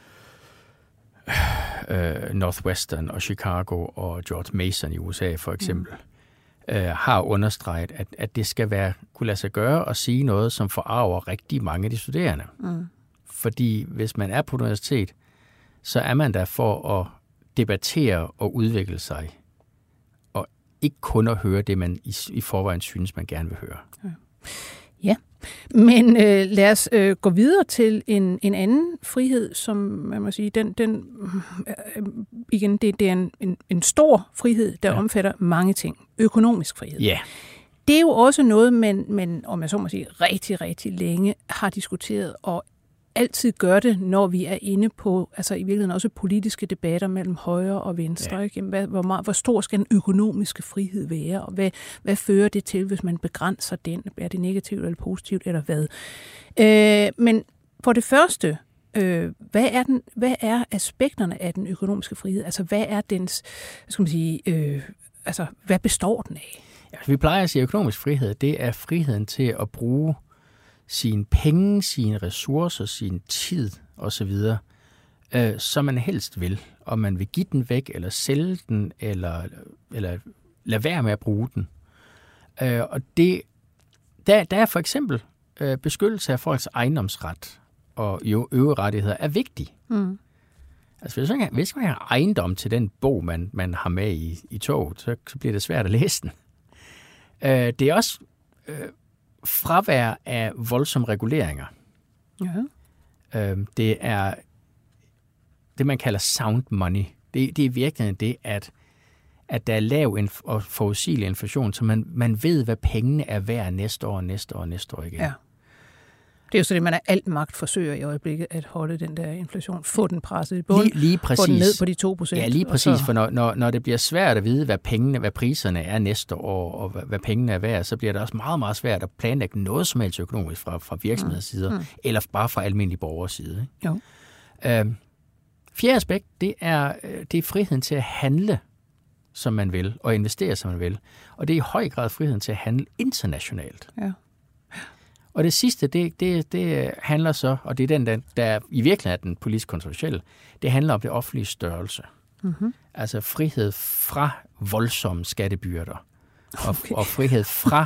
øh, Northwestern og Chicago og George Mason i U S A for eksempel, mm. øh, har understreget, at, at det skal være, kunne lade sig gøre og sige noget, som forarver rigtig mange af de studerende. Mm. Fordi hvis man er på universitet, så er man der for at debattere og udvikle sig, og ikke kun at høre det, man i, i forvejen synes, man gerne vil høre. Ja, ja. Men øh, lad os øh, gå videre til en, en anden frihed, som man må sige, den, den øh, igen, det, det er en, en, en stor frihed, der ja. omfatter mange ting. Økonomisk frihed. Ja. Det er jo også noget, man, man, om jeg så må sige, rigtig, rigtig længe har diskuteret, og altid gør det, når vi er inde på, altså i virkeligheden også politiske debatter mellem højre og venstre. Ja. Ikke? Hvad, hvor, meget, hvor stor skal den økonomiske frihed være, og hvad, hvad fører det til, hvis man begrænser den? Er det negativt eller positivt, eller hvad? Øh, men for det første, øh, hvad, er den, hvad er aspekterne af den økonomiske frihed? Altså hvad er dens, hvad skal man sige, øh, altså hvad består den af? Ja, vi plejer at sige, at økonomisk frihed, det er friheden til at bruge sine penge, sine ressourcer, sin tid osv., øh, som man helst vil. Om man vil give den væk, eller sælge den, eller, eller lade være med at bruge den. Øh, og det, der, der er for eksempel øh, beskyttelse af folks ejendomsret og øvrige rettigheder er vigtig. Mm. Altså, hvis man, hvis man har ejendom til den bog, man, man har med i, i toget, så, så bliver det svært at læse den. Øh, det er også... Øh, fravær af voldsomme reguleringer. Ja. Øhm, det er det, man kalder sound money. Det, det er virkelig det, at, at der er lav inf- og forudsigelig inflation, så man, man ved, hvad pengene er værd næste år, næste år, næste år igen. Ja. Det er jo så det, man af alt magt forsøger i øjeblikket, at holde den der inflation, få den presset i bund, lige, lige præcis. få den ned på de to procent. Ja, lige præcis, så... for når, når, når det bliver svært at vide, hvad pengene, hvad priserne er næste år, og hvad, hvad pengene er værd, så bliver det også meget, meget svært at planlægge noget som helst økonomisk fra, fra virksomhedssider, mm. Mm. eller bare fra almindelige borgers side. Ikke? Jo. Øhm, fjerde aspekt, det er, det er friheden til at handle, som man vil, og investere, som man vil. Og det er i høj grad friheden til at handle internationalt. Ja. Og det sidste, det, det, det handler så, og det er den, der, der i virkeligheden er den politisk kontroversielle, det handler om det offentlige størrelse. Mm-hmm. Altså frihed fra voldsomme skattebyrder, og, okay. og frihed fra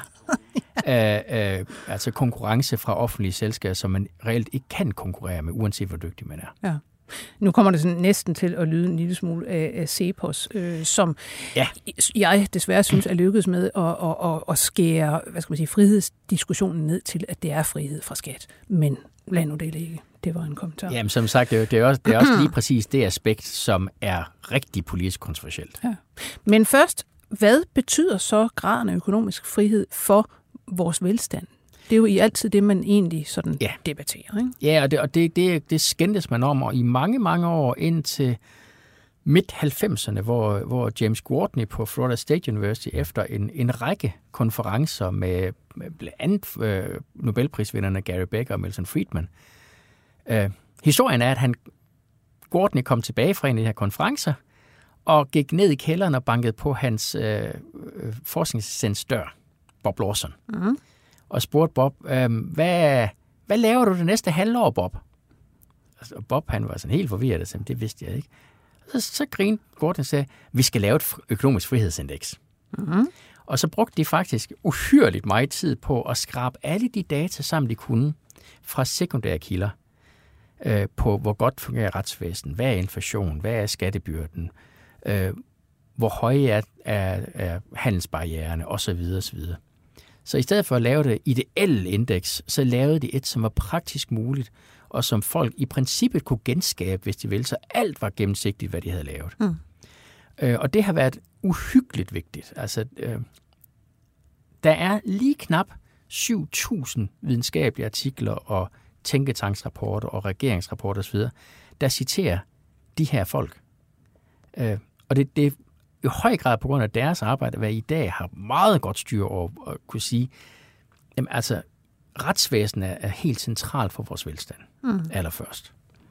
øh, øh, altså konkurrence fra offentlige selskaber, som man reelt ikke kan konkurrere med, uanset hvor dygtig man er. Ja. Nu kommer det sådan næsten til at lyde en lille smule af, af Cepos, øh, som ja. jeg desværre synes er lykkedes med at, at, at, at skære, hvad skal man sige, frihedsdiskussionen ned til, at det er frihed fra skat. Men lad nu det ligge. Det var en kommentar. Jamen som sagt, det er, det er, også, det er også lige præcis det aspekt, som er rigtig politisk kontroversielt. Ja. Men først, hvad betyder så graden af økonomisk frihed for vores velstand? Det er jo i altid det, man egentlig sådan ja. debatterer, ikke? Ja, og det, og det, det, det skændtes man om, og i mange, mange år indtil midt halvfemserne, hvor, hvor James Gwartney på Florida State University efter en, en række konferencer med, med blandt andet øh, Nobelprisvinderne Gary Becker og Milton Friedman. Øh, historien er, at han, Gwartney kom tilbage fra en af de her konferencer, og gik ned i kælderen og bankede på hans øh, forskningsassistents dør, Bob Lawson. Mm. Og spurgte Bob, øh, hvad, hvad laver du det næste halvår, Bob? Og Bob, han var sådan helt forvirret, og sagde, det vidste jeg ikke. Så, så grinede Gordon og sagde, vi skal lave et økonomisk frihedsindeks. Mm-hmm. Og så brugte de faktisk uhyrligt meget tid på at skrabe alle de data sammen, de kunne, fra sekundære kilder, øh, på hvor godt fungerer retsvæsen, hvad er inflation, hvad er skattebyrden, øh, hvor høje er, er, er handelsbarriererne, osv. osv. Så i stedet for at lave det ideelle indeks, så lavede de et, som var praktisk muligt, og som folk i princippet kunne genskabe, hvis de ville, så alt var gennemsigtigt, hvad de havde lavet. Mm. Øh, og det har været uhyggeligt vigtigt. Altså, øh, der er lige knap syv tusind videnskabelige artikler og tænketanksrapporter og regeringsrapporter osv., der citerer de her folk. Øh, og det, det i høj grad på grund af deres arbejde, hvad I dag har meget godt styr over at kunne sige, jamen altså, retsvæsenet er helt centralt for vores velstand, mm. allerførst.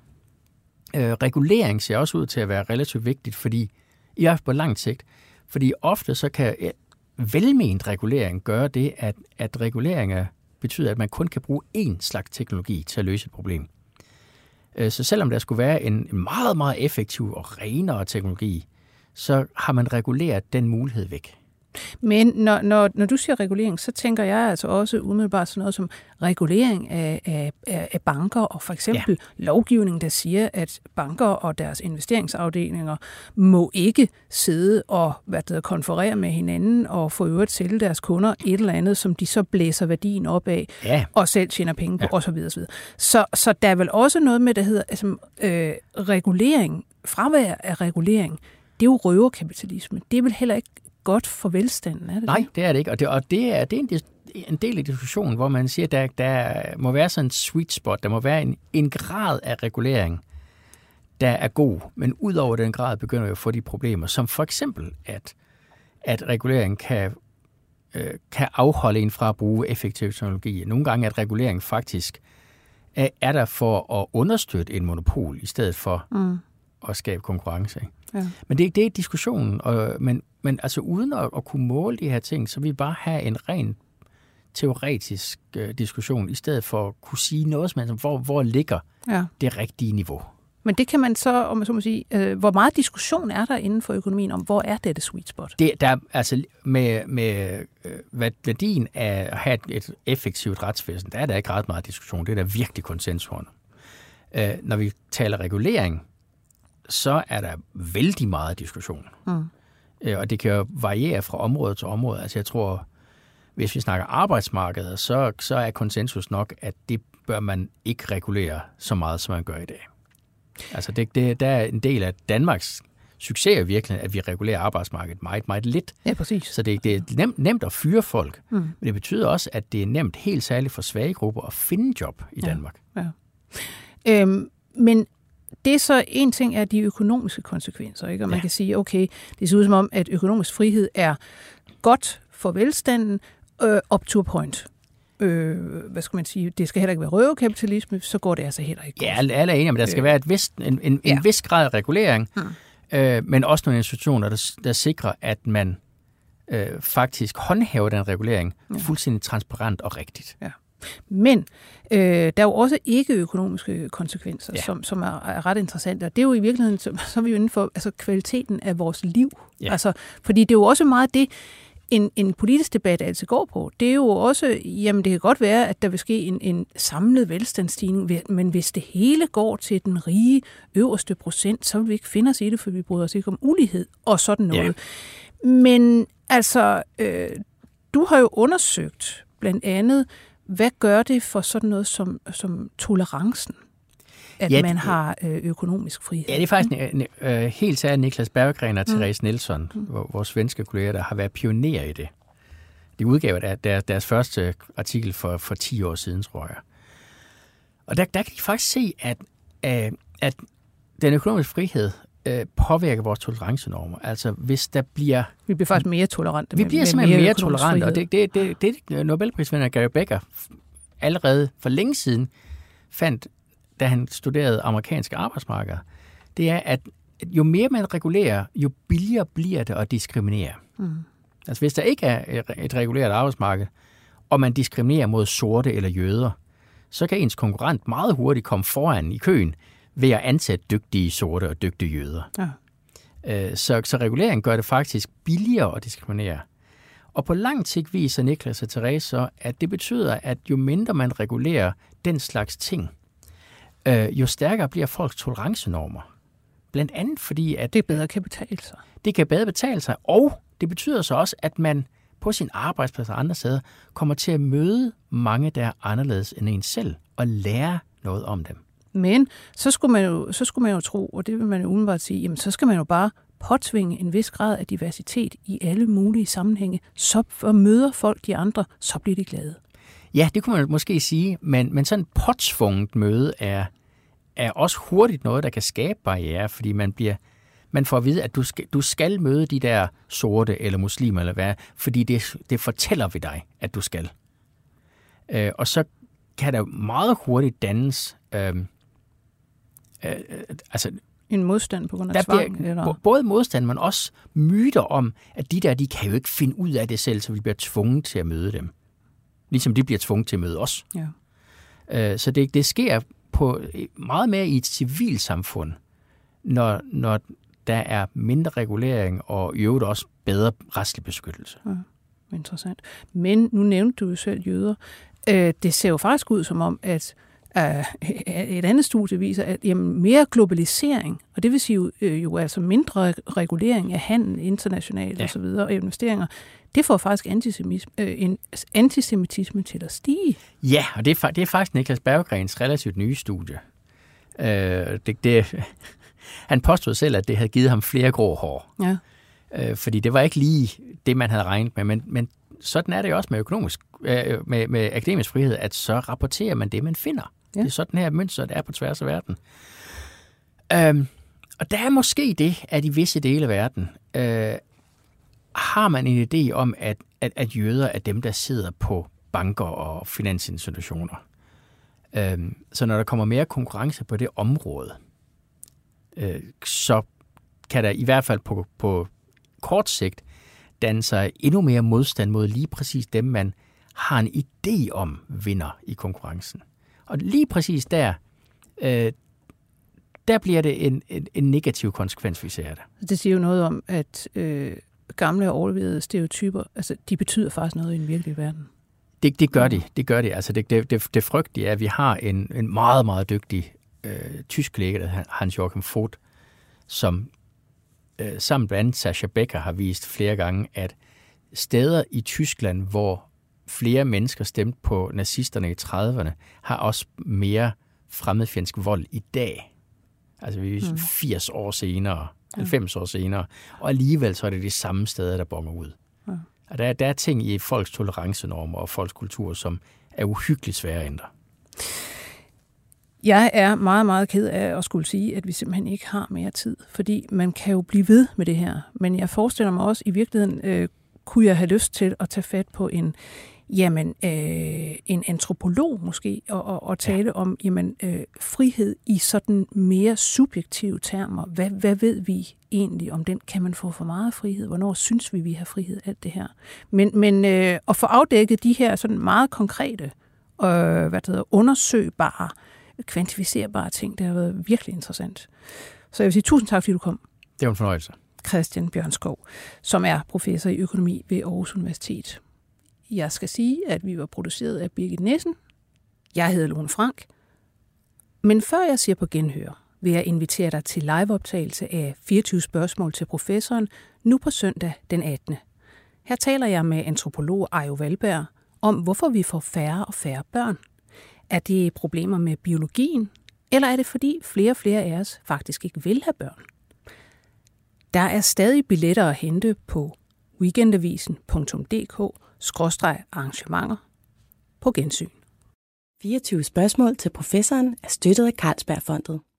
Øh, regulering ser også ud til at være relativt vigtigt, fordi, i hvert fald på lang sigt, fordi ofte så kan velment regulering gøre det, at, at reguleringer betyder, at man kun kan bruge én slags teknologi til at løse et problem. Øh, så selvom der skulle være en meget, meget effektiv og renere teknologi, så har man reguleret den mulighed væk. Men når, når, når du siger regulering, så tænker jeg altså også umiddelbart sådan noget som regulering af, af, af banker, og for eksempel ja. lovgivning, der siger, at banker og deres investeringsafdelinger må ikke sidde og hvad det hedder, konferere med hinanden og få øvrigt sælge deres kunder et eller andet, som de så blæser værdien op af, ja. og selv tjener penge på, ja. osv. osv. Så, så der er vel også noget med, der hedder altså, øh, regulering, fravær af regulering. Det er jo røverkapitalisme. Det er vel heller ikke godt for velstanden, er det? Nej, det er det ikke. Og det, og det er, det er en, en del af diskussionen, hvor man siger, at der, der må være sådan en sweet spot, der må være en, en grad af regulering, der er god, men ud over den grad begynder vi at få de problemer, som for eksempel, at, at regulering kan, øh, kan afholde en fra at bruge effektiv teknologi. Nogle gange, at regulering faktisk er, er der for at understøtte en monopol, i stedet for mm. at skabe konkurrence. Ja. Men det, det er diskussionen, og, men, men altså uden at, at kunne måle de her ting, så vil vi bare have en ren teoretisk uh, diskussion, i stedet for at kunne sige noget, som, hvor, hvor ligger ja. det rigtige niveau. Men det kan man så, om man så må sige, øh, hvor meget diskussion er der inden for økonomien om, hvor er dette sweet spot? Det, der, altså med, med øh, værdien af at have et, et effektivt retsvæsen, der er der ikke ret meget diskussion. Det er der virkelig konsensus om. Øh, når vi taler regulering, så er der vældig meget diskussion. Mm. Øh, og det kan jo variere fra område til område. Altså jeg tror, hvis vi snakker arbejdsmarkedet, så, så er konsensus nok, at det bør man ikke regulere så meget, som man gør i dag. Altså det, det, der er en del af Danmarks succes i virkeligheden, at vi regulerer arbejdsmarkedet meget, meget lidt. Ja, præcis. Så det, det er nemt, nemt at fyre folk, mm. men det betyder også, at det er nemt helt særligt for svage grupper at finde job i ja. Danmark. Ja. Øhm, men det er så en ting er de økonomiske konsekvenser, ikke? Og man ja. kan sige, okay, det ser ud som om, at økonomisk frihed er godt for velstanden, øh, up to a point. Øh, hvad skal man sige, det skal heller ikke være røverkapitalisme, så går det altså heller ikke godt. Ja, alle er enige, men der skal øh, være et vist, en, en, ja. en vis grad af regulering, hmm. øh, men også nogle institutioner, der, der sikrer, at man øh, faktisk håndhæver den regulering ja. fuldstændig transparent og rigtigt. Ja. Men øh, der er jo også ikke-økonomiske konsekvenser, ja. som, som er, er ret interessante, og det er jo i virkeligheden, så, så er vi jo inden for altså, kvaliteten af vores liv. Ja. Altså, fordi det er jo også meget det, En, en politisk debat altid går på, det er jo også, jamen det kan godt være, at der vil ske en, en samlet velstandsstigning, men hvis det hele går til den rige øverste procent, så vil vi ikke finde os i det, for vi bryder os ikke om ulighed og sådan noget. Ja. Men altså, øh, du har jo undersøgt blandt andet, hvad gør det for sådan noget som, som tolerancen? At ja, man har øh, økonomisk frihed. Ja, det er faktisk øh, helt særligt Niklas Berggren og Therese mm. Nielsen, mm. vores svenske kolleger, der har været pionerer i det. De udgav der, der, deres første artikel for, for ti år siden, tror jeg. Og der, der kan de faktisk se, at, øh, at den økonomiske frihed øh, påvirker vores tolerancenormer. Altså, hvis der bliver... Vi bliver faktisk mere tolerante. Vi bliver med, simpelthen mere, mere tolerante, og det, det, det, det, det Nobelprisvinder Gary Becker allerede for længe siden fandt, da han studerede amerikanske arbejdsmarkeder, det er, at jo mere man regulerer, jo billigere bliver det at diskriminere. Mm. Altså hvis der ikke er et reguleret arbejdsmarked, og man diskriminerer mod sorte eller jøder, så kan ens konkurrent meget hurtigt komme foran i køen ved at ansætte dygtige sorte og dygtige jøder. Ja. Så, så regulering gør det faktisk billigere at diskriminere. Og på lang sigt viser Niklas og Therese så, at det betyder, at jo mindre man regulerer den slags ting, Øh, jo stærkere bliver folks tolerancenormer. Blandt andet fordi, at... Det bedre kan betale sig. Det kan bedre betale sig, og det betyder så også, at man på sin arbejdsplads og andre steder kommer til at møde mange, der er anderledes end en selv, og lære noget om dem. Men så skulle man jo, så skulle man jo tro, og det vil man jo umiddelbart sige, jamen så skal man jo bare påtvinge en vis grad af diversitet i alle mulige sammenhænge. Så møder folk de andre, så bliver de glade. Ja, det kunne man måske sige, men, men sådan et påtvunget møde er, er også hurtigt noget, der kan skabe barrierer, fordi man bliver man får at vide, at du skal, du skal møde de der sorte eller muslimer eller hvad, fordi det, det fortæller vi dig, at du skal. Øh, og så kan der meget hurtigt dannes øh, øh, altså en modstand på grund af tvang? Bliver, eller? Både modstand, men også myter om, at de der, de kan jo ikke finde ud af det selv, så vi bliver tvunget til at møde dem. Ligesom de bliver tvunget til at møde os. Ja. Øh, så det, det sker på meget mere i et civilsamfund, når, når der er mindre regulering og i øvrigt også bedre retslig beskyttelse. Ja, interessant. Men nu nævnte du jo selv jøder. Øh, det ser jo faktisk ud som om, at øh, et andet studie viser, at jamen, mere globalisering, og det vil sige jo, øh, jo altså mindre regulering af handel internationalt ja. og så videre, og investeringer, det får faktisk antisemitisme, øh, en, antisemitisme til at stige. Ja, og det er, det er faktisk Niklas Berggrens relativt nye studie. Øh, det, det, han påstod selv, at det havde givet ham flere grå hår. Ja. Øh, fordi det var ikke lige det, man havde regnet med, men, men sådan er det jo også med økonomisk, øh, med, med akademisk frihed, at så rapporterer man det, man finder. Ja. Det er sådan her mønster, der er på tværs af verden. Øh, og der er måske det, at i visse dele af verden, øh, har man en idé om, at, at, at jøder er dem, der sidder på banker og finansinstitutioner. Øhm, så når der kommer mere konkurrence på det område, øh, så kan der i hvert fald på, på kort sigt danne sig endnu mere modstand mod lige præcis dem, man har en idé om vinder i konkurrencen. Og lige præcis der, øh, der bliver det en, en, en negativ konsekvens, vi ser det. Det siger jo noget om, at øh gamle og overleverede stereotyper, altså de betyder faktisk noget i den virkelige verden. Det, det gør de, det gør de. Altså det, det, det, det frygtelige er, at vi har en, en meget, meget dygtig øh, tysk kollega, der Hans-Joachim Vogt, som øh, sammen med andet Sascha Becker har vist flere gange, at steder i Tyskland, hvor flere mennesker stemte på nazisterne i trediverne, har også mere fremmedfjendsk vold i dag. Altså vi er firs år senere, halvfems år senere, og alligevel så er det de samme steder, der bonger ud. Ja. Og der, der er ting i folks tolerancenormer og folks kultur, som er uhyggeligt svære at ændre. Jeg er meget, meget ked af at skulle sige, at vi simpelthen ikke har mere tid, fordi man kan jo blive ved med det her. Men jeg forestiller mig også, i virkeligheden øh, kunne jeg have lyst til at tage fat på en, jamen, øh, en antropolog måske, og, og, og tale ja. om jamen, øh, frihed i sådan mere subjektive termer. Hvad, hvad ved vi egentlig om den? Kan man få for meget frihed? Hvornår synes vi, vi har frihed? Alt det her. Men, men øh, at få afdækket de her sådan meget konkrete, øh, hvad det hedder, undersøgbare, kvantificerbare ting, det har været virkelig interessant. Så jeg vil sige tusind tak, fordi du kom. Det var en fornøjelse. Christian Bjørnskov, som er professor i økonomi ved Aarhus Universitet. Jeg skal sige, at vi var produceret af Birgit Nissen. Jeg hedder Lone Frank. Men før jeg siger på genhør, vil jeg invitere dig til liveoptagelse af fireogtyve spørgsmål til professoren nu på søndag den attende Her taler jeg med antropolog Ajo Valberg om, hvorfor vi får færre og færre børn. Er det problemer med biologien, eller er det fordi flere og flere af os faktisk ikke vil have børn? Der er stadig billetter at hente på weekendavisen punktum d k skråstreg arrangementer. På gensyn. fireogtyve spørgsmål til professoren er støttet af Carlsbergfondet.